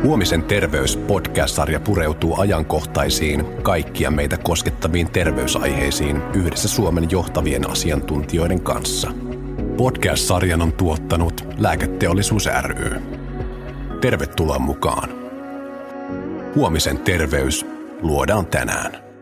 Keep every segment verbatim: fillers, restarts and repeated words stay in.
Huomisen terveys podcast-sarja pureutuu ajankohtaisiin, kaikkia meitä koskettaviin terveysaiheisiin yhdessä Suomen johtavien asiantuntijoiden kanssa. Podcast-sarjan on tuottanut Lääketeollisuus ry. Tervetuloa mukaan. Huomisen terveys luodaan tänään.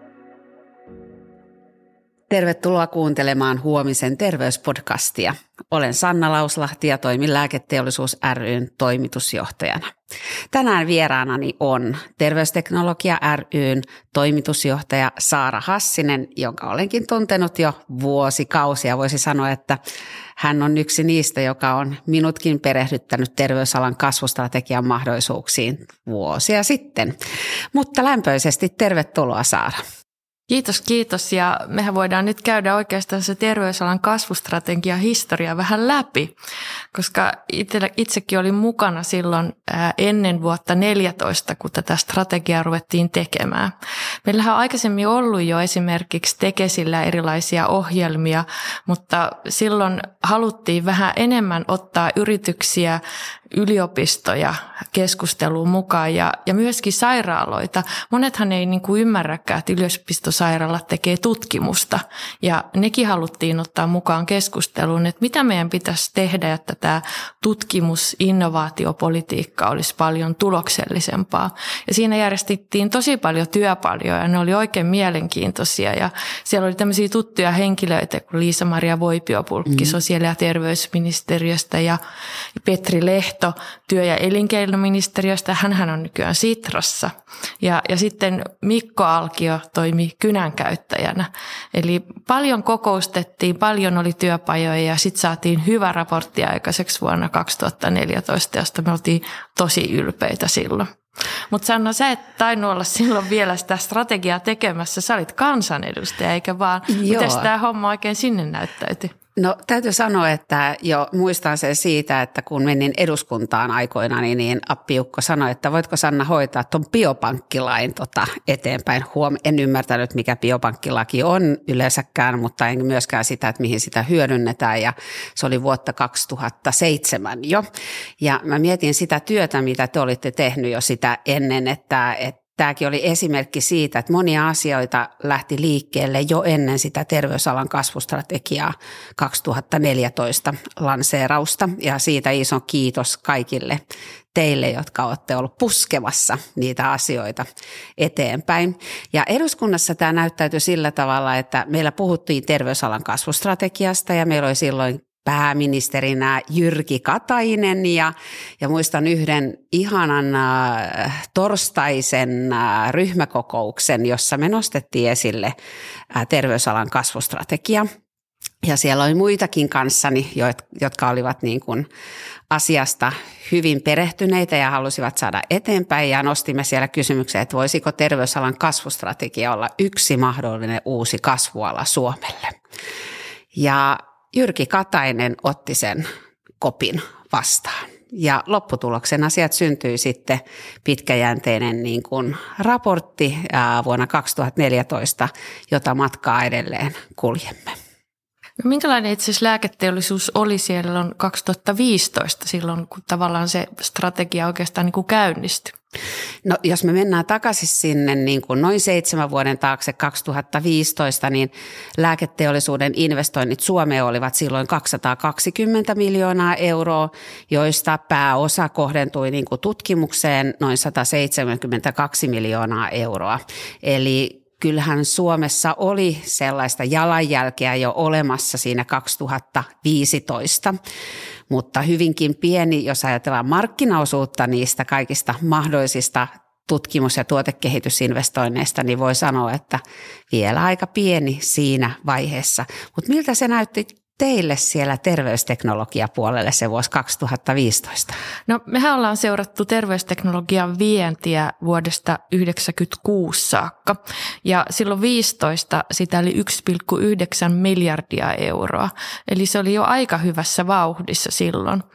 Tervetuloa kuuntelemaan Huomisen terveyspodcastia. Olen Sanna Lauslahti ja toimin Lääketeollisuus ry:n toimitusjohtajana. Tänään vieraanani on Terveysteknologia ry:n toimitusjohtaja Saara Hassinen, jonka olenkin tuntenut jo vuosikausia. Voisi sanoa, että hän on yksi niistä, joka on minutkin perehdyttänyt terveysalan kasvustrategian mahdollisuuksiin vuosia sitten. Mutta lämpöisesti tervetuloa, Saara. Kiitos, kiitos. Ja mehän voidaan nyt käydä oikeastaan se terveysalan kasvustrategian historia vähän läpi, koska itse, itsekin olin mukana silloin ennen vuotta neljätoista, kun tätä strategiaa ruvettiin tekemään. Meillähän on aikaisemmin ollut jo esimerkiksi Tekesillä erilaisia ohjelmia, mutta silloin haluttiin vähän enemmän ottaa yrityksiä, yliopistoja keskusteluun mukaan ja, ja myöskin sairaaloita. Monethan ei niin kuin ymmärräkään, että yliopistosairaalat tekee tutkimusta ja nekin haluttiin ottaa mukaan keskusteluun, että mitä meidän pitäisi tehdä, että tämä tutkimus-innovaatiopolitiikka olisi paljon tuloksellisempaa. Ja siinä järjestettiin tosi paljon työpajoja ja ne oli oikein mielenkiintoisia ja siellä oli tämmöisiä tuttuja henkilöitä kuin Liisa-Maria Voipiopulkki mm. sosiaali- ja terveysministeriöstä ja Petri Lehto työ- ja elinkeinoministeriöstä, hänhän on nykyään Sitrassa. Ja, ja sitten Mikko Alkio toimi kynänkäyttäjänä. Eli paljon kokoustettiin, paljon oli työpajoja ja sitten saatiin hyvä raportti aikaiseksi vuonna kaksituhattaneljätoista, josta me oltiin tosi ylpeitä silloin. Mutta Sanna, sä et tainnut olla silloin vielä sitä strategiaa tekemässä. Sä olit kansanedustaja, eikä vaan. Miten tämä homma oikein sinne näyttäytyi? No täytyy sanoa, että jo muistan sen siitä, että kun menin eduskuntaan aikoina, niin, niin appiukko sanoi, että voitko Sanna hoitaa tuon biopankkilain tota eteenpäin. Huom- en ymmärtänyt, mikä biopankkilaki on yleensäkään, mutta en myöskään sitä, että mihin sitä hyödynnetään. Ja se oli vuotta kaksituhattaseitsemän jo. Ja mä mietin sitä työtä, mitä te olitte tehnyt jo sitä ennen, että, että tämäkin oli esimerkki siitä, että monia asioita lähti liikkeelle jo ennen sitä terveysalan kasvustrategiaa kaksituhattaneljätoista lanseerausta ja siitä iso kiitos kaikille teille, jotka olette ollut puskemassa niitä asioita eteenpäin. Ja eduskunnassa tämä näyttäytyi sillä tavalla, että meillä puhuttiin terveysalan kasvustrategiasta ja meillä oli silloin pääministerinä Jyrki Katainen ja, ja muistan yhden ihanan äh, torstaisen äh, ryhmäkokouksen, jossa me nostettiin esille äh, terveysalan kasvustrategia. Ja siellä oli muitakin kanssani, jotka olivat niin kuin asiasta hyvin perehtyneitä ja halusivat saada eteenpäin. Ja nostimme siellä kysymyksen, että voisiko terveysalan kasvustrategia olla yksi mahdollinen uusi kasvuala Suomelle. Ja Jyrki Katainen otti sen kopin vastaan ja lopputuloksena sieltä syntyi sitten pitkäjänteinen niin kuin raportti vuonna kaksituhattaneljätoista, jota matkaa edelleen kuljemme. No, minkälainen itse asiassa lääketeollisuus oli siellä kaksituhattaviisitoista silloin, kun tavallaan se strategia oikeastaan niin kuin käynnistyi? No jos me mennään takaisin sinne niin kuin noin seitsemän vuoden taakse kaksituhattaviisitoista, niin lääketeollisuuden investoinnit Suomeen olivat silloin kaksisataakaksikymmentä miljoonaa euroa, joista pääosa kohdentui niin kuin tutkimukseen noin sataseitsemänkymmentäkaksi miljoonaa euroa. Eli kyllähän Suomessa oli sellaista jalanjälkeä jo olemassa siinä kaksituhattaviisitoista, mutta hyvinkin pieni, jos ajatellaan markkinaosuutta niistä kaikista mahdollisista tutkimus- ja tuotekehitysinvestoinneista, niin voi sanoa, että vielä aika pieni siinä vaiheessa. Mutta miltä se näytti teille siellä terveysteknologiapuolelle se vuosi kaksituhattaviisitoista? No mehän ollaan seurattu terveysteknologian vientiä vuodesta yhdeksänkymmentäkuusi saakka ja silloin viisitoista sitä oli yksi pilkku yhdeksän miljardia euroa. Eli se oli jo aika hyvässä vauhdissa silloin.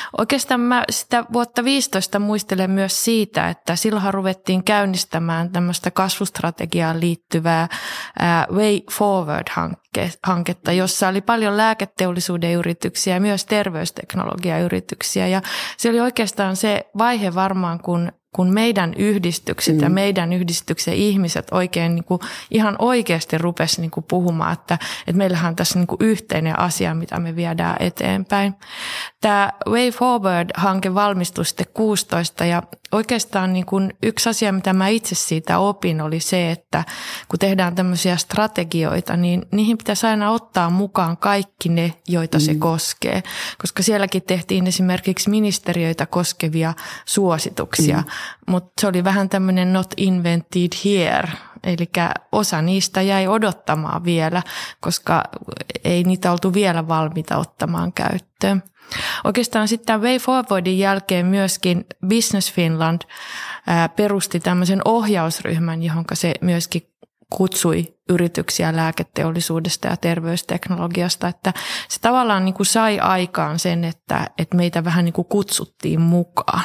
Oikeastaan mä sitä vuotta viisitoista muistelen myös siitä, että silloinhan ruvettiin käynnistämään tämmöistä kasvustrategiaan liittyvää Way Forward-hanketta, jossa oli paljon lääketeollisuuden yrityksiä ja myös terveysteknologiayrityksiä. Ja se oli oikeastaan se vaihe varmaan, kun kun meidän yhdistykset mm. ja meidän yhdistyksen ihmiset oikein niin kuin, ihan oikeasti rupesi niin kuin puhumaan, että, että meillähän on tässä niin kuin yhteinen asia, mitä me viedään eteenpäin. Tämä Way Forward-hanke valmistui sitten kuusitoista ja oikeastaan niin kuin yksi asia, mitä mä itse siitä opin, oli se, että kun tehdään tämmöisiä strategioita, niin niihin pitäisi aina ottaa mukaan kaikki ne, joita mm. se koskee. Koska sielläkin tehtiin esimerkiksi ministeriöitä koskevia suosituksia, mm. mutta se oli vähän tämmöinen not invented here. Eli osa niistä jäi odottamaan vielä, koska ei niitä oltu vielä valmiita ottamaan käyttöön. Oikeastaan sitten tämän Way Forwardin jälkeen myöskin Business Finland perusti tämmöisen ohjausryhmän, johon se myöskin kutsui yrityksiä lääketeollisuudesta ja terveysteknologiasta, että se tavallaan niin kuin sai aikaan sen, että, että meitä vähän niin kuin kutsuttiin mukaan.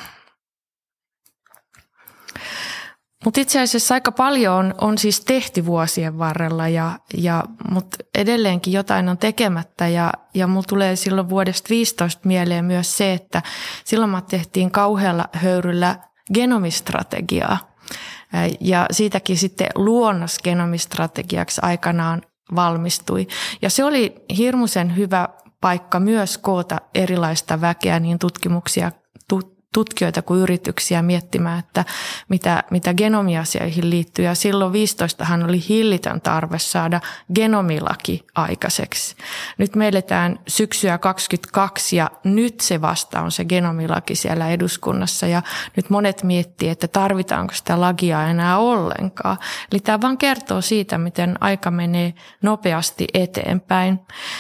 Mutta itse asiassa aika paljon on, on siis tehty vuosien varrella, ja, ja, mutta edelleenkin jotain on tekemättä. Ja, ja mulla tulee silloin vuodesta viisitoista mieleen myös se, että silloin me tehtiin kauhealla höyryllä genomistrategiaa. Ja siitäkin sitten luonnos genomistrategiaksi aikanaan valmistui. Ja se oli hirmuisen hyvä paikka myös koota erilaista väkeä, niin tutkimuksia, tutkijoita kuin yrityksiä miettimään, että mitä, mitä genomiasioihin liittyy. Ja silloin viisitoistahan oli hillitön tarve saada genomilaki aikaiseksi. Nyt me eletään syksyä kaksikymmentäkaksi ja nyt se vasta on se genomilaki siellä eduskunnassa. Ja nyt monet miettii, että tarvitaanko sitä lakia enää ollenkaan. Eli tämä vaan kertoo siitä, miten aika menee nopeasti eteenpäin.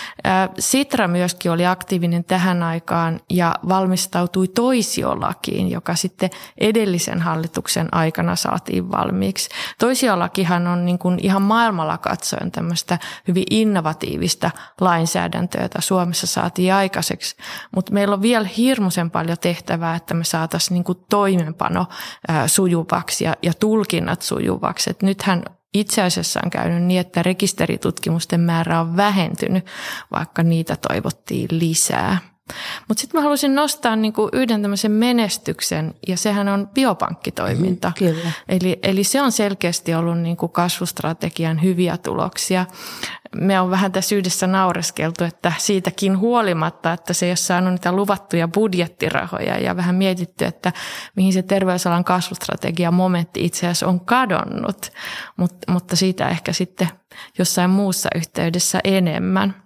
Sitra myöskin oli aktiivinen tähän aikaan ja valmistautui toisiolakiin, joka sitten edellisen hallituksen aikana saatiin valmiiksi. Toisiolakihan on niin kuin ihan maailmalla katsoen tämmöistä hyvin innovatiivista lainsäädäntöä, jota Suomessa saatiin aikaiseksi, mutta meillä on vielä hirmuisen paljon tehtävää, että me saataisiin niin kuin toimenpano sujuvaksi ja, ja tulkinnat sujuvaksi. Et nythän itse asiassa on käynyt niin, että rekisteritutkimusten määrä on vähentynyt, vaikka niitä toivottiin lisää. Mutta sitten mä haluaisin nostaa niinku yhden tämmöisen menestyksen, ja sehän on biopankkitoiminta. Mm, kyllä. Eli, eli se on selkeästi ollut niinku kasvustrategian hyviä tuloksia. Me on vähän tässä yhdessä naureskeltu, että siitäkin huolimatta, että se ei ole saanut niitä luvattuja budjettirahoja, ja vähän mietitty, että mihin se terveysalan kasvustrategian momentti itse asiassa on kadonnut, Mut, mutta siitä ehkä sitten jossain muussa yhteydessä enemmän.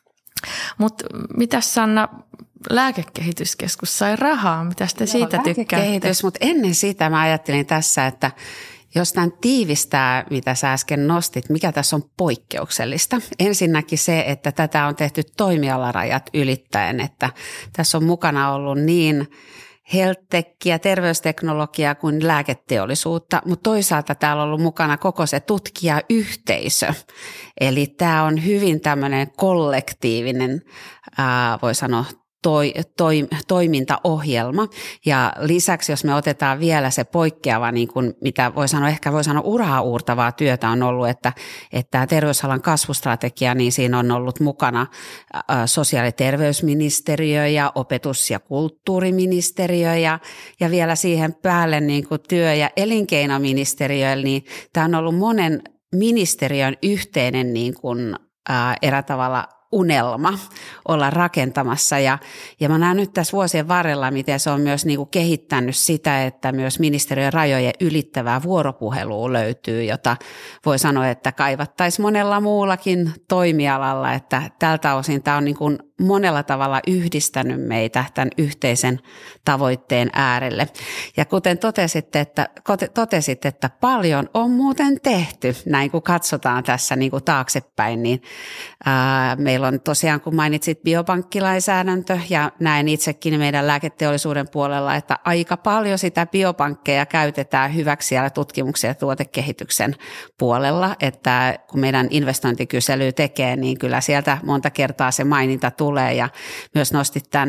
Mutta mitäs Sanna, lääkekehityskeskus sai rahaa, mitä te siitä tykkäätte? Lääkekehitys, mutta ennen sitä mä ajattelin tässä, että jos tämän tiivistää, mitä sä äsken nostit, mikä tässä on poikkeuksellista. Ensinnäkin se, että tätä on tehty toimialarajat ylittäen, että tässä on mukana ollut niin health-techiä, terveysteknologiaa kuin lääketeollisuutta, mutta toisaalta täällä on ollut mukana koko se tutkijayhteisö. Eli tämä on hyvin tämmöinen kollektiivinen, ää, voi sanoa, Toi, toi, toimintaohjelma, ja lisäksi jos me otetaan vielä se poikkeava, niin kuin mitä voi sanoa, ehkä voi sanoa uraa uurtavaa työtä on ollut, että, että tämä terveysalan kasvustrategia, niin siinä on ollut mukana sosiaali- ja terveysministeriö ja opetus- ja kulttuuriministeriö ja, ja vielä siihen päälle niin kuin työ- ja elinkeinoministeriö, niin tämä on ollut monen ministeriön yhteinen niin kuin, ää, erä tavalla unelma olla rakentamassa, ja, ja mä näen nyt tässä vuosien varrella, miten se on myös niin kuin kehittänyt sitä, että myös ministeriön rajojen ylittävää vuoropuhelua löytyy, jota voi sanoa, että kaivattaisiin monella muullakin toimialalla, että tältä osin tämä on niin kuin monella tavalla yhdistänyt meitä tämän yhteisen tavoitteen äärelle. Ja kuten totesitte, että, totesit, että paljon on muuten tehty, näin kun katsotaan tässä niin kuin taaksepäin, niin ää, meillä on tosiaan, kun mainitsit biopankkilainsäädäntö, ja näen itsekin meidän lääketeollisuuden puolella, että aika paljon sitä biopankkeja käytetään hyväksi siellä tutkimuksen ja tuotekehityksen puolella, että kun meidän investointikysely tekee, niin kyllä sieltä monta kertaa se maininta tulee, ja myös nostit tämän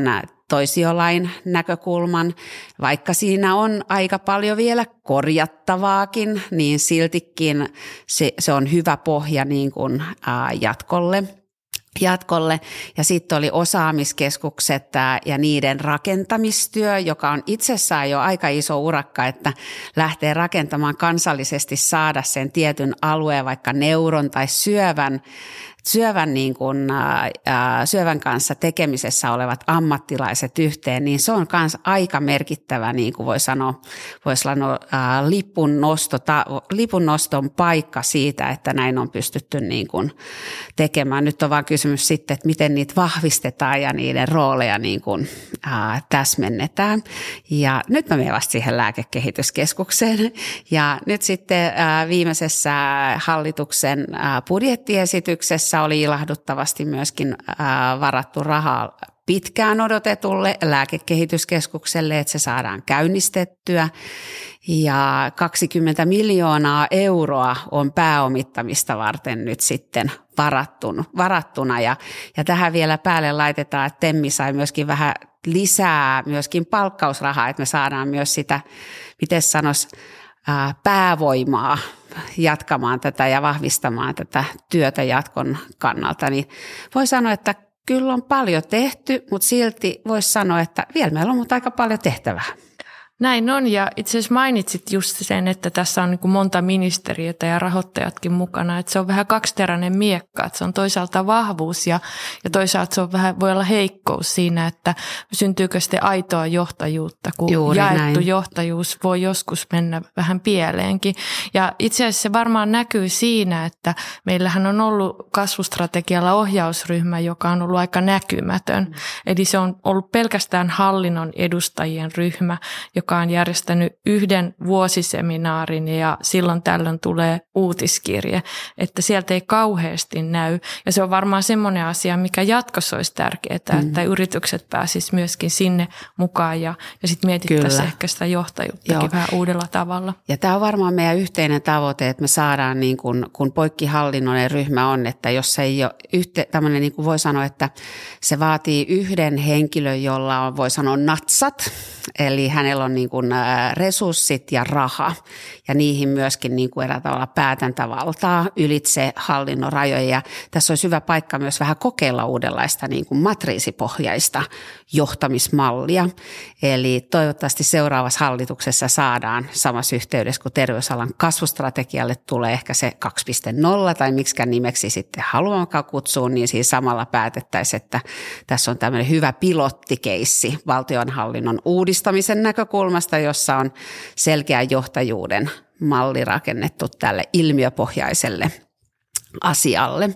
toisiolain näkökulman. Vaikka siinä on aika paljon vielä korjattavaakin, niin siltikin se, se on hyvä pohja niin kuin, ää, jatkolle. jatkolle. Ja sitten oli osaamiskeskukset ja niiden rakentamistyö, joka on itsessään jo aika iso urakka, että lähtee rakentamaan kansallisesti, saada sen tietyn alueen, vaikka neuron tai syövän, syövän, niin kuin, ää, syövän kanssa tekemisessä olevat ammattilaiset yhteen, niin se on myös aika merkittävä, niin kuin voi sanoa, voi sanoa ää, lipun, nosto, ta, lipun noston paikka siitä, että näin on pystytty niin kuin tekemään. Nyt on vaan kysymys sitten, että miten niitä vahvistetaan ja niiden rooleja niin kuin, ää, täsmennetään. Ja nyt mä menen vasta siihen lääkekehityskeskukseen. Ja nyt sitten ää, viimeisessä hallituksen ää, budjettiesityksessä oli ilahduttavasti myöskin ää, varattu rahaa pitkään odotetulle lääkekehityskeskukselle, että se saadaan käynnistettyä. Ja kaksikymmentä miljoonaa euroa on pääomittamista varten nyt sitten varattuna. Ja, ja tähän vielä päälle laitetaan, että Temmi sai myöskin vähän lisää myöskin palkkausrahaa, että me saadaan myös sitä, miten sanoisi, päävoimaa jatkamaan tätä ja vahvistamaan tätä työtä jatkon kannalta, niin voi sanoa, että kyllä on paljon tehty, mutta silti voisi sanoa, että vielä meillä on mutta aika paljon tehtävää. Näin on, ja itse asiassa mainitsit just sen, että tässä on niin kuin monta ministeriötä ja rahoittajatkin mukana, että se on vähän kaksiteräinen miekka, että se on toisaalta vahvuus ja, ja toisaalta se on vähän, voi olla heikkous siinä, että syntyykö sitten aitoa johtajuutta, kun Juuri jaettu näin. Johtajuus voi joskus mennä vähän pieleenkin. Ja itse asiassa se varmaan näkyy siinä, että meillähän on ollut kasvustrategialla ohjausryhmä, joka on ollut aika näkymätön, mm. eli se on ollut pelkästään hallinnon edustajien ryhmä, joka on järjestänyt yhden vuosiseminaarin ja silloin tällöin tulee uutiskirje, että sieltä ei kauheasti näy. Ja se on varmaan semmoinen asia, mikä jatkossa olisi tärkeää, mm. että yritykset pääsisivät myöskin sinne mukaan ja, ja sitten mietittäisiin ehkä sitä johtajuuttakin Joo. vähän uudella tavalla. Ja tämä on varmaan meidän yhteinen tavoite, että me saadaan, niin kuin, kun poikkihallinnollinen ryhmä on, että jos se ei ole yhte, tämmöinen, niin kuin voi sanoa, että se vaatii yhden henkilön, jolla on, voi sanoa, natsat, eli hänellä on niin kuin resurssit ja raha ja niihin myöskin niin kuin eräällä tavalla päätäntävaltaa ylitse hallinnon rajoja. Ja tässä olisi hyvä paikka myös vähän kokeilla uudenlaista niin kuin matriisipohjaista johtamismallia. Eli toivottavasti seuraavassa hallituksessa saadaan samassa yhteydessä, kun terveysalan kasvustrategialle tulee ehkä se kaksi piste nolla tai miksikään nimeksi sitten haluamaan kutsua, niin siinä samalla päätettäisiin, että tässä on tämmöinen hyvä pilottikeissi valtionhallinnon uudistamisen näkökulmasta, jossa on selkeä johtajuuden malli rakennettu tälle ilmiöpohjaiselle asialle.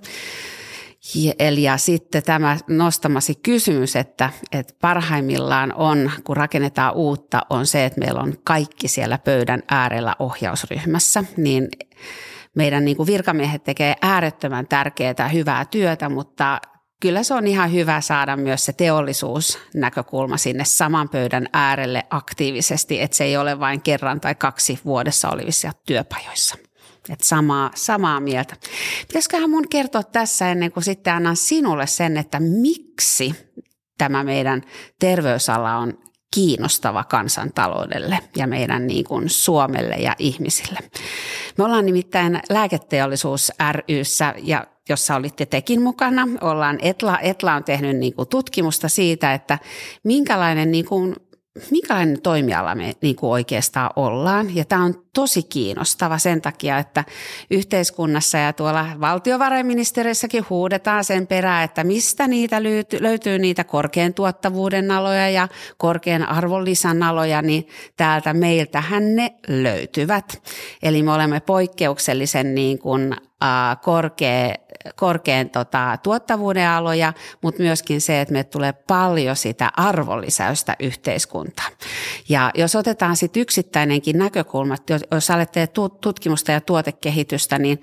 Ja, eli ja sitten tämä nostamasi kysymys, että, että parhaimmillaan on, kun rakennetaan uutta, on se, että meillä on kaikki siellä pöydän äärellä ohjausryhmässä, niin meidän niin kuin virkamiehet tekee äärettömän tärkeää hyvää työtä, mutta kyllä se on ihan hyvä saada myös se teollisuusnäkökulma sinne saman pöydän äärelle aktiivisesti, että se ei ole vain kerran tai kaksi vuodessa olevissa työpajoissa. Että samaa, samaa mieltä. Pitäisiköhän mun kertoa tässä ennen kuin sitten annan sinulle sen, että miksi tämä meidän terveysala on kiinnostava kansantaloudelle ja meidän niin kuin Suomelle ja ihmisille. Me ollaan nimittäin Lääketeollisuus ry:ssä ja jossa olitte tekin mukana. Ollaan Etla, Etla on tehnyt niin kuin tutkimusta siitä, että minkälainen, niin kuin, minkälainen toimiala me niin kuin oikeastaan ollaan. Ja tämä on tosi kiinnostava sen takia, että yhteiskunnassa ja tuolla valtiovarainministeriössäkin huudetaan sen perään, että mistä niitä löytyy niitä korkean tuottavuuden aloja ja korkean arvonlisän aloja, niin täältä meiltähän ne löytyvät. Eli me olemme poikkeuksellisen niin kuin korkea, korkean tota, tuottavuuden aloja, mutta myöskin se, että me tulee paljon sitä arvonlisäystä yhteiskuntaan. Ja jos otetaan sitten yksittäinenkin näkökulma, jos olette tutkimusta ja tuotekehitystä, niin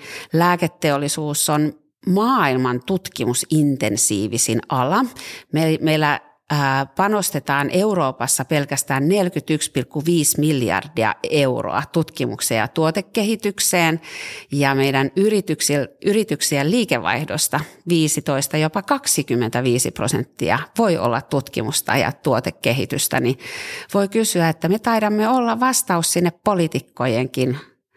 lääketeollisuus on maailman tutkimusintensiivisin ala. Meillä panostetaan Euroopassa pelkästään neljäkymmentäyksi pilkku viisi miljardia euroa tutkimukseen ja tuotekehitykseen ja meidän yrityksien liikevaihdosta viisitoista jopa kaksikymmentäviisi prosenttia voi olla tutkimusta ja tuotekehitystä, niin voi kysyä, että me taidamme olla vastaus sinne poliitikkojenkin,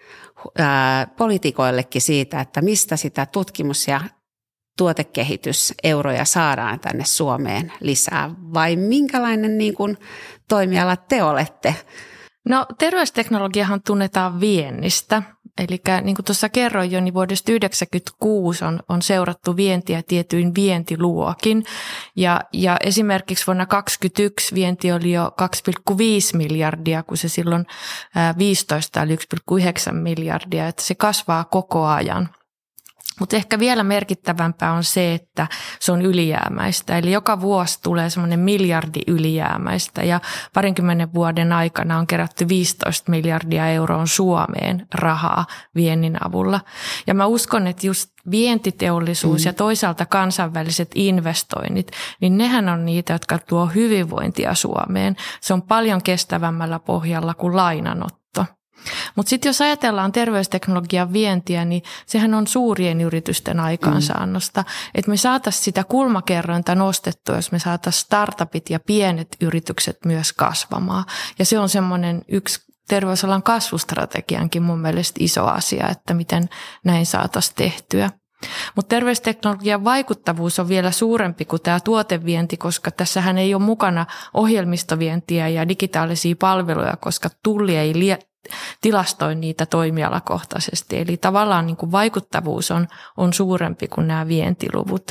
ää, poliitikoillekin siitä, että mistä sitä tutkimus- ja tuotekehityseuroja saadaan tänne Suomeen lisää, vai minkälainen niin kuin toimiala te olette? No terveysteknologiahan tunnetaan viennistä, eli niin kuin tuossa kerroin jo, niin vuodesta yhdeksänkymmentäkuusi on, on seurattu vientiä tietyin vientiluokin, ja, ja esimerkiksi vuonna kaksituhattakaksikymmentäyksi vienti oli jo kaksi pilkku viisi miljardia, kun se silloin viisitoista oli yksi pilkku yhdeksän miljardia, että se kasvaa koko ajan. Mutta ehkä vielä merkittävämpää on se, että se on ylijäämäistä. Eli joka vuosi tulee semmoinen miljardi ylijäämäistä ja parinkymmenen vuoden aikana on kerätty viisitoista miljardia euroa Suomeen rahaa viennin avulla. Ja mä uskon, että just vientiteollisuus mm. ja toisaalta kansainväliset investoinnit, niin nehän on niitä, jotka tuo hyvinvointia Suomeen. Se on paljon kestävämmällä pohjalla kuin lainanotto. Mutta sitten jos ajatellaan terveysteknologian vientiä, niin sehän on suurien yritysten aikaansaannosta. Mm. Että me saataisiin sitä kulmakerrointa nostettua, jos me saataisiin startupit ja pienet yritykset myös kasvamaan. Ja se on semmoinen yksi terveysalan kasvustrategiankin mun mielestä iso asia, että miten näin saataisiin tehtyä. Mutta terveysteknologian vaikuttavuus on vielä suurempi kuin tämä tuotevienti, koska tässähän ei ole mukana ohjelmistovientiä ja digitaalisia palveluja, koska Tulli ei lie tilastoi niitä toimialakohtaisesti. Eli tavallaan niin kuin vaikuttavuus on, on suurempi kuin nämä vientiluvut.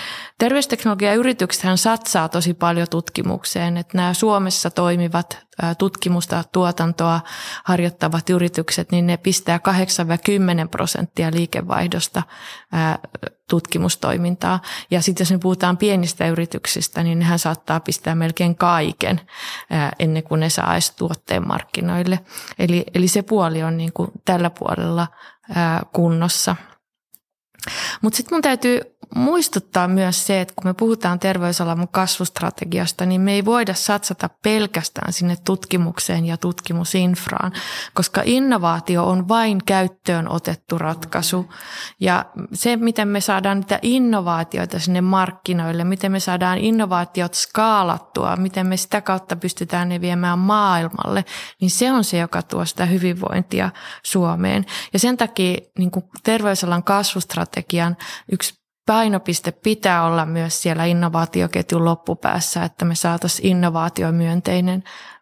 Terveysteknologiayrityksethän satsaa tosi paljon tutkimukseen, että nämä Suomessa toimivat tutkimusta, tuotantoa harjoittavat yritykset, niin ne pistää kahdeksan kymmenen prosenttia liikevaihdosta tutkimustoimintaa. Ja sitten jos me puhutaan pienistä yrityksistä, niin nehän saattaa pistää melkein kaiken ennen kuin ne saa edes tuotteen markkinoille. Eli, eli se puoli on niin kuin tällä puolella kunnossa. Mutta sitten mun täytyy muistuttaa myös se, että kun me puhutaan terveysalan kasvustrategiasta, niin me ei voida satsata pelkästään sinne tutkimukseen ja tutkimusinfraan, koska innovaatio on vain käyttöön otettu ratkaisu. Ja se, miten me saadaan niitä innovaatioita sinne markkinoille, miten me saadaan innovaatiot skaalattua, miten me sitä kautta pystytään ne viemään maailmalle, niin se on se, joka tuo sitä hyvinvointia Suomeen. Ja sen takia niin kuin terveysalan kasvustrategian yksi painopiste pitää olla myös siellä innovaatioketjun loppupäässä, että me saataisiin innovaatiomyönteinen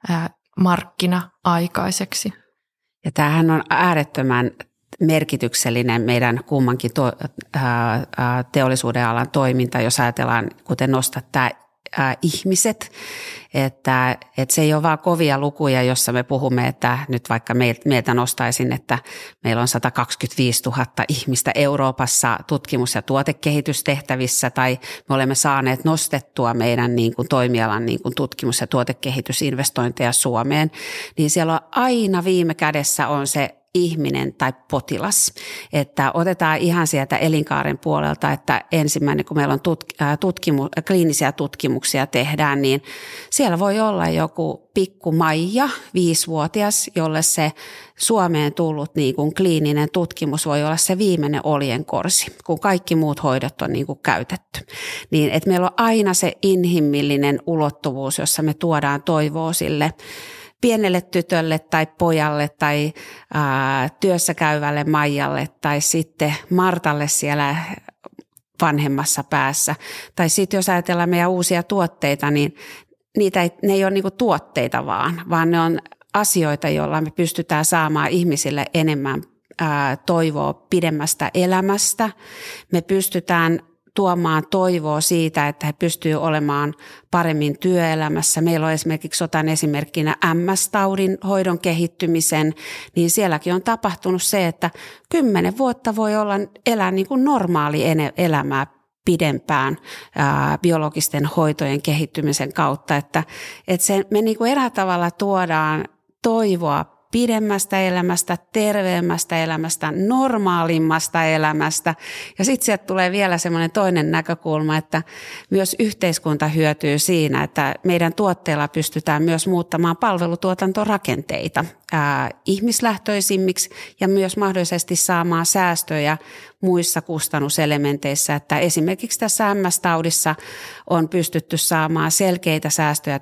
markkina aikaiseksi. Ja tämähän on äärettömän merkityksellinen meidän kummankin to, ää, teollisuuden alan toiminta, jos ajatellaan, kuten nostat tämä ää, ihmiset, että, että se ei ole vaan kovia lukuja, jossa me puhumme, että nyt vaikka meiltä nostaisin, että meillä on sata kaksikymmentäviisituhatta ihmistä Euroopassa tutkimus- ja tuotekehitystehtävissä, tai me olemme saaneet nostettua meidän niin kuin toimialan niin kuin tutkimus- ja tuotekehitysinvestointeja Suomeen, niin siellä on aina viime kädessä on se ihminen tai potilas, että otetaan ihan sieltä elinkaaren puolelta, että ensimmäinen kun meillä on tutkimu, kliinisiä tutkimuksia tehdään, niin siellä voi olla joku pikku Maija, viisivuotias, jolle se Suomeen tullut niin kuin kliininen tutkimus voi olla se viimeinen oljenkorsi, kun kaikki muut hoidot on niin kuin käytetty. Niin, että meillä on aina se inhimillinen ulottuvuus, jossa me tuodaan toivoa sille pienelle tytölle tai pojalle tai ää, työssä käyvälle Maijalle tai sitten Martalle siellä vanhemmassa päässä. Tai sitten jos ajatellaan meidän uusia tuotteita, niin niitä ei, ne ei ole niinku tuotteita vaan, vaan ne on asioita, joilla me pystytään saamaan ihmisille enemmän ää, toivoa pidemmästä elämästä. Me pystytään tuomaan toivoa siitä, että he pystyvät olemaan paremmin työelämässä. Meillä on esimerkiksi, otan esimerkkinä M S-taudin hoidon kehittymisen, niin sielläkin on tapahtunut se, että kymmenen vuotta voi olla elää niin kuin normaali elämää pidempään ää, biologisten hoitojen kehittymisen kautta, että, että se, me niin kuin eräällä tavalla tuodaan toivoa pidemmästä elämästä, terveemmästä elämästä, normaalimmasta elämästä. Ja sitten sieltä tulee vielä semmoinen toinen näkökulma, että myös yhteiskunta hyötyy siinä, että meidän tuotteilla pystytään myös muuttamaan palvelutuotantorakenteita ää, ihmislähtöisimmiksi ja myös mahdollisesti saamaan säästöjä muissa kustannuselementeissä, että esimerkiksi tässä M S-taudissa on pystytty saamaan selkeitä säästöjä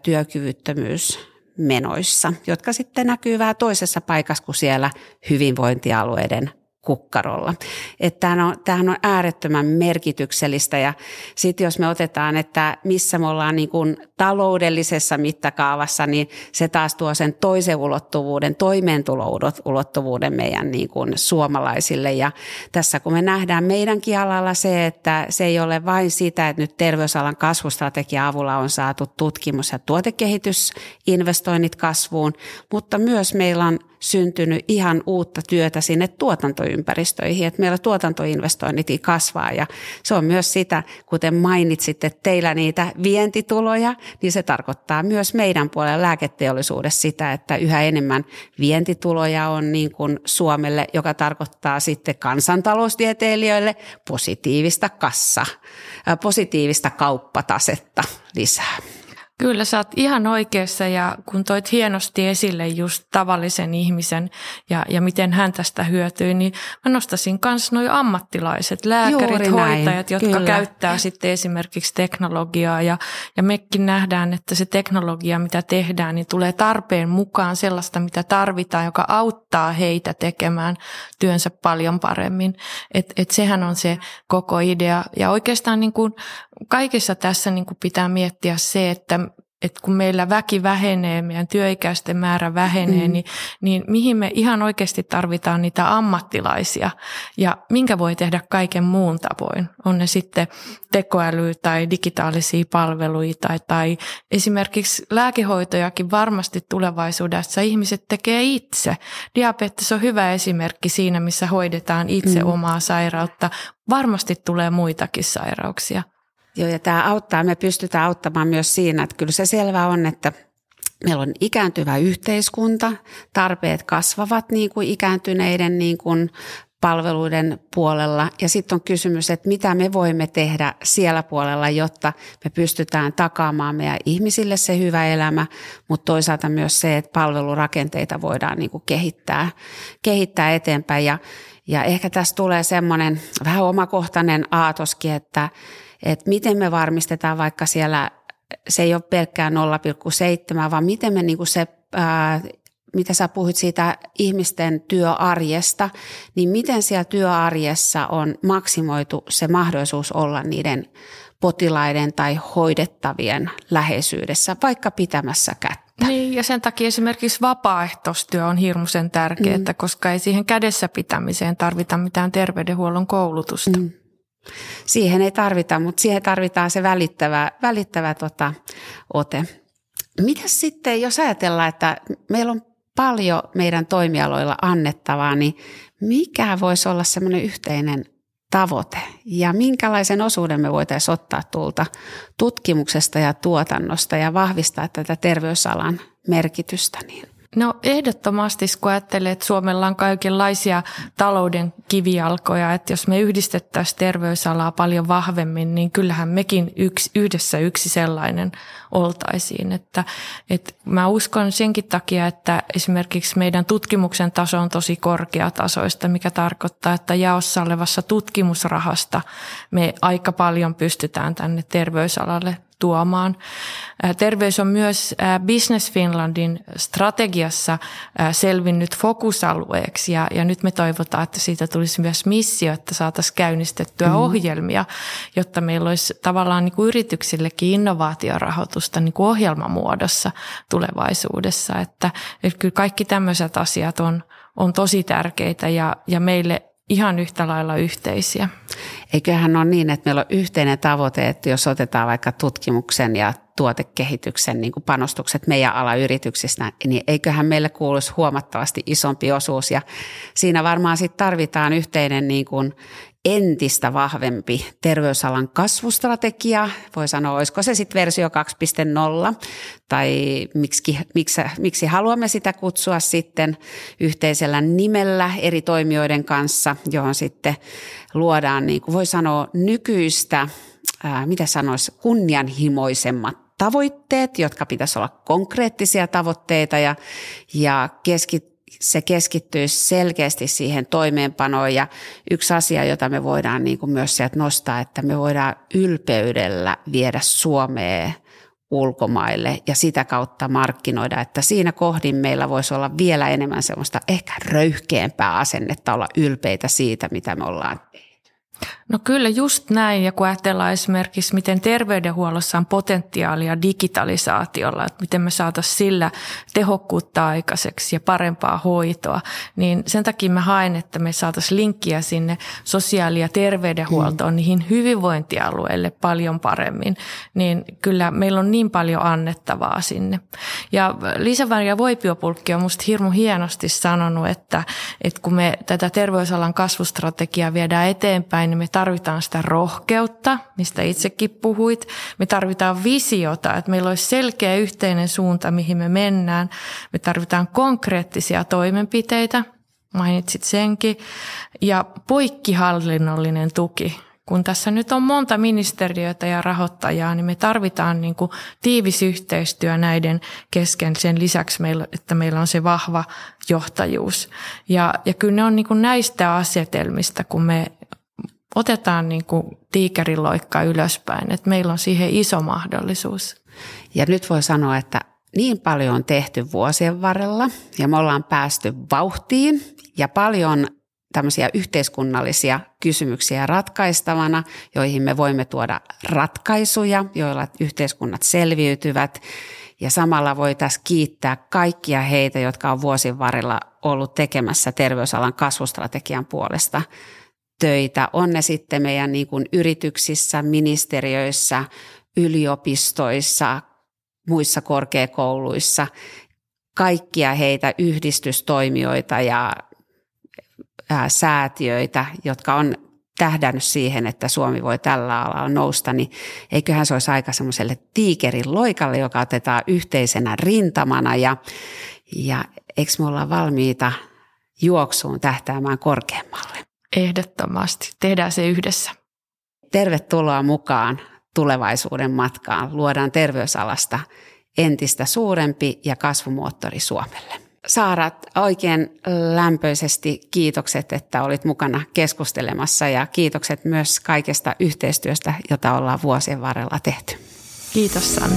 työkyvyttömyysmenoissa, jotka sitten näkyy vähän toisessa paikassa kuin siellä hyvinvointialueiden kukkarolla. Että tämähän on, tämähän on äärettömän merkityksellistä ja sitten jos me otetaan, että missä me ollaan niin kuin taloudellisessa mittakaavassa, niin se taas tuo sen toisen ulottuvuuden, toimeentulo-ulottuvuuden meidän niin kuin suomalaisille. Ja tässä kun me nähdään meidänkin alalla se, että se ei ole vain sitä, että nyt terveysalan kasvustrategian avulla on saatu tutkimus- ja tuotekehitysinvestoinnit kasvuun, mutta myös meillä on syntynyt ihan uutta työtä sinne tuotantoympäristöihin, että meillä tuotantoinvestoinnit kasvaa ja se on myös sitä, kuten mainitsit, että teillä niitä vientituloja, niin se tarkoittaa myös meidän puolella lääketeollisuudessa sitä, että yhä enemmän vientituloja on niin kuin Suomelle, joka tarkoittaa sitten kansantaloustieteilijöille positiivista kassa, positiivista kauppatasetta lisää. Kyllä sä oot ihan oikeassa ja kun toit hienosti esille just tavallisen ihmisen ja, ja miten hän tästä hyötyy, niin mä nostaisin myös nuo ammattilaiset, lääkärit, hoitajat, jotka kyllä käyttää sitten esimerkiksi teknologiaa ja, ja mekin nähdään, että se teknologia, mitä tehdään, niin tulee tarpeen mukaan sellaista, mitä tarvitaan, joka auttaa heitä tekemään työnsä paljon paremmin. Et, et sehän on se koko idea ja oikeastaan niin kuin kaikessa tässä niin kuin pitää miettiä se, että että kun meillä väki vähenee, meidän työikäisten määrä vähenee, mm. niin, niin mihin me ihan oikeasti tarvitaan niitä ammattilaisia ja minkä voi tehdä kaiken muun tavoin. On ne sitten tekoäly tai digitaalisia palveluita tai, tai esimerkiksi lääkehoitojakin varmasti tulevaisuudessa ihmiset tekee itse. Diabetes on hyvä esimerkki siinä, missä hoidetaan itse mm. omaa sairautta. Varmasti tulee muitakin sairauksia. Joo, ja tämä auttaa, me pystytään auttamaan myös siinä, että kyllä se selvä on, että meillä on ikääntyvä yhteiskunta, tarpeet kasvavat niin kuin ikääntyneiden niin kuin palveluiden puolella ja sitten on kysymys, että mitä me voimme tehdä siellä puolella, jotta me pystytään takaamaan meidän ihmisille se hyvä elämä, mutta toisaalta myös se, että palvelurakenteita voidaan niin kuin kehittää, kehittää eteenpäin ja, ja ehkä tässä tulee semmoinen vähän omakohtainen aatoskin, että että miten me varmistetaan vaikka siellä, se ei ole pelkkää nolla pilkku seitsemän, vaan miten me niin kuin se, ää, mitä sä puhuit siitä ihmisten työarjesta, niin miten siellä työarjessa on maksimoitu se mahdollisuus olla niiden potilaiden tai hoidettavien läheisyydessä, vaikka pitämässä kättä. Niin, ja sen takia esimerkiksi vapaaehtoistyö on hirmuisen tärkeää, mm. koska ei siihen kädessä pitämiseen tarvita mitään terveydenhuollon koulutusta. Mm. Siihen ei tarvita, mutta siihen tarvitaan se välittävä, välittävä tota, ote. Mitäs sitten, jos ajatellaan, että meillä on paljon meidän toimialoilla annettavaa, niin mikä voisi olla semmoinen yhteinen tavoite ja minkälaisen osuuden me voitaisiin ottaa tuolta tutkimuksesta ja tuotannosta ja vahvistaa tätä terveysalan merkitystä? Niin. No ehdottomasti, kun ajattelee, että Suomella on kaikenlaisia talouden kivijalkoja, että jos me yhdistettäisiin terveysalaa paljon vahvemmin, niin kyllähän mekin yksi, yhdessä yksi sellainen oltaisiin. Että, että mä uskon senkin takia, että esimerkiksi meidän tutkimuksen taso on tosi korkeatasoista, mikä tarkoittaa, että jaossa olevassa tutkimusrahasta me aika paljon pystytään tänne terveysalalle tuomaan. Terveys on myös Business Finlandin strategiassa selvinnyt fokusalueeksi ja, ja nyt me toivotaan, että siitä tulisi myös missio, että saataisiin käynnistettyä mm. ohjelmia, jotta meillä olisi tavallaan niin kuin yrityksillekin innovaatiorahoitusta niin kuin ohjelmamuodossa tulevaisuudessa. Että, että kyllä kaikki tämmöiset asiat on, on tosi tärkeitä ja, ja meille ihan yhtä lailla yhteisiä. Eiköhän ole niin, että meillä on yhteinen tavoite, että jos otetaan vaikka tutkimuksen ja tuotekehityksen niin kuin panostukset meidän alayrityksistä, niin eiköhän meille kuuluisi huomattavasti isompi osuus. Ja siinä varmaan sitten tarvitaan yhteinen niin kuin entistä vahvempi terveysalan kasvustrategia. Voi sanoa, olisiko se sitten versio kaksi piste nolla tai miksi, miksi, miksi haluamme sitä kutsua sitten yhteisellä nimellä eri toimijoiden kanssa, johon sitten luodaan, niin kuin voi sanoa, nykyistä, ää, mitä sanoisi, kunnianhimoisemmat tavoitteet, jotka pitäisi olla konkreettisia tavoitteita ja, ja keskittyä. Se keskittyisi selkeästi siihen toimeenpanoon ja yksi asia, jota me voidaan niin kuin myös sieltä nostaa, että me voidaan ylpeydellä viedä Suomea ulkomaille ja sitä kautta markkinoida, että siinä kohdin meillä voisi olla vielä enemmän semmoista ehkä röyhkeämpää asennetta olla ylpeitä siitä, mitä me ollaan. No kyllä just näin, ja kun ajatellaan esimerkiksi, miten terveydenhuollossa on potentiaalia digitalisaatiolla, että miten me saataisiin sillä tehokkuutta aikaiseksi ja parempaa hoitoa, niin sen takia mä haen, että me saataisiin linkkiä sinne sosiaali- ja terveydenhuoltoon mm. niihin hyvinvointialueille paljon paremmin, niin kyllä meillä on niin paljon annettavaa sinne. Ja Liisa-Maria Voipio-Pulkki on musta hirmu hienosti sanonut, että, että kun me tätä terveysalan kasvustrategiaa viedään eteenpäin, niin me tarvitaan sitä rohkeutta, mistä itsekin puhuit. Me tarvitaan visiota, että meillä olisi selkeä yhteinen suunta, mihin me mennään. Me tarvitaan konkreettisia toimenpiteitä, mainitsit senkin, ja poikkihallinnollinen tuki. Kun tässä nyt on monta ministeriötä ja rahoittajaa, niin me tarvitaan niin kuin tiivis yhteistyö näiden kesken sen lisäksi, että meillä on se vahva johtajuus. Ja, ja kyllä ne on niin kuin näistä asetelmista, kun me otetaan niin kuin tiikerin loikka ylöspäin, että meillä on siihen iso mahdollisuus. Ja nyt voi sanoa, että niin paljon on tehty vuosien varrella ja me ollaan päästy vauhtiin ja paljon tämmöisiä yhteiskunnallisia kysymyksiä ratkaistavana, joihin me voimme tuoda ratkaisuja, joilla yhteiskunnat selviytyvät. Ja samalla voitaisiin kiittää kaikkia heitä, jotka on vuosien varrella ollut tekemässä terveysalan kasvustrategian puolesta töitä. On ne sitten meidän niin kuin yrityksissä, ministeriöissä, yliopistoissa, muissa korkeakouluissa. Kaikkia heitä yhdistystoimijoita ja ää, säätiöitä, jotka on tähdännyt siihen, että Suomi voi tällä alalla nousta, niin eiköhän se olisi aika semmoiselle tiikerin loikalle, joka otetaan yhteisenä rintamana ja, ja eikö me olla valmiita juoksuun tähtäämään korkeammalle? Ehdottomasti. Tehdään se yhdessä. Tervetuloa mukaan tulevaisuuden matkaan. Luodaan terveysalasta entistä suurempi ja kasvumoottori Suomelle. Saara, oikein lämpöisesti kiitokset, että olit mukana keskustelemassa ja kiitokset myös kaikesta yhteistyöstä, jota ollaan vuosien varrella tehty. Kiitos Sanna.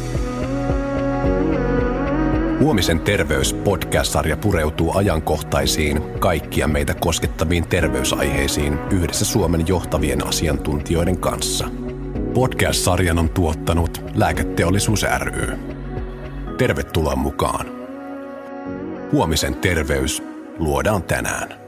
Huomisen terveys-podcast-sarja pureutuu ajankohtaisiin, kaikkia meitä koskettaviin terveysaiheisiin yhdessä Suomen johtavien asiantuntijoiden kanssa. Podcast-sarjan on tuottanut Lääketeollisuus ry. Tervetuloa mukaan. Huomisen terveys luodaan tänään.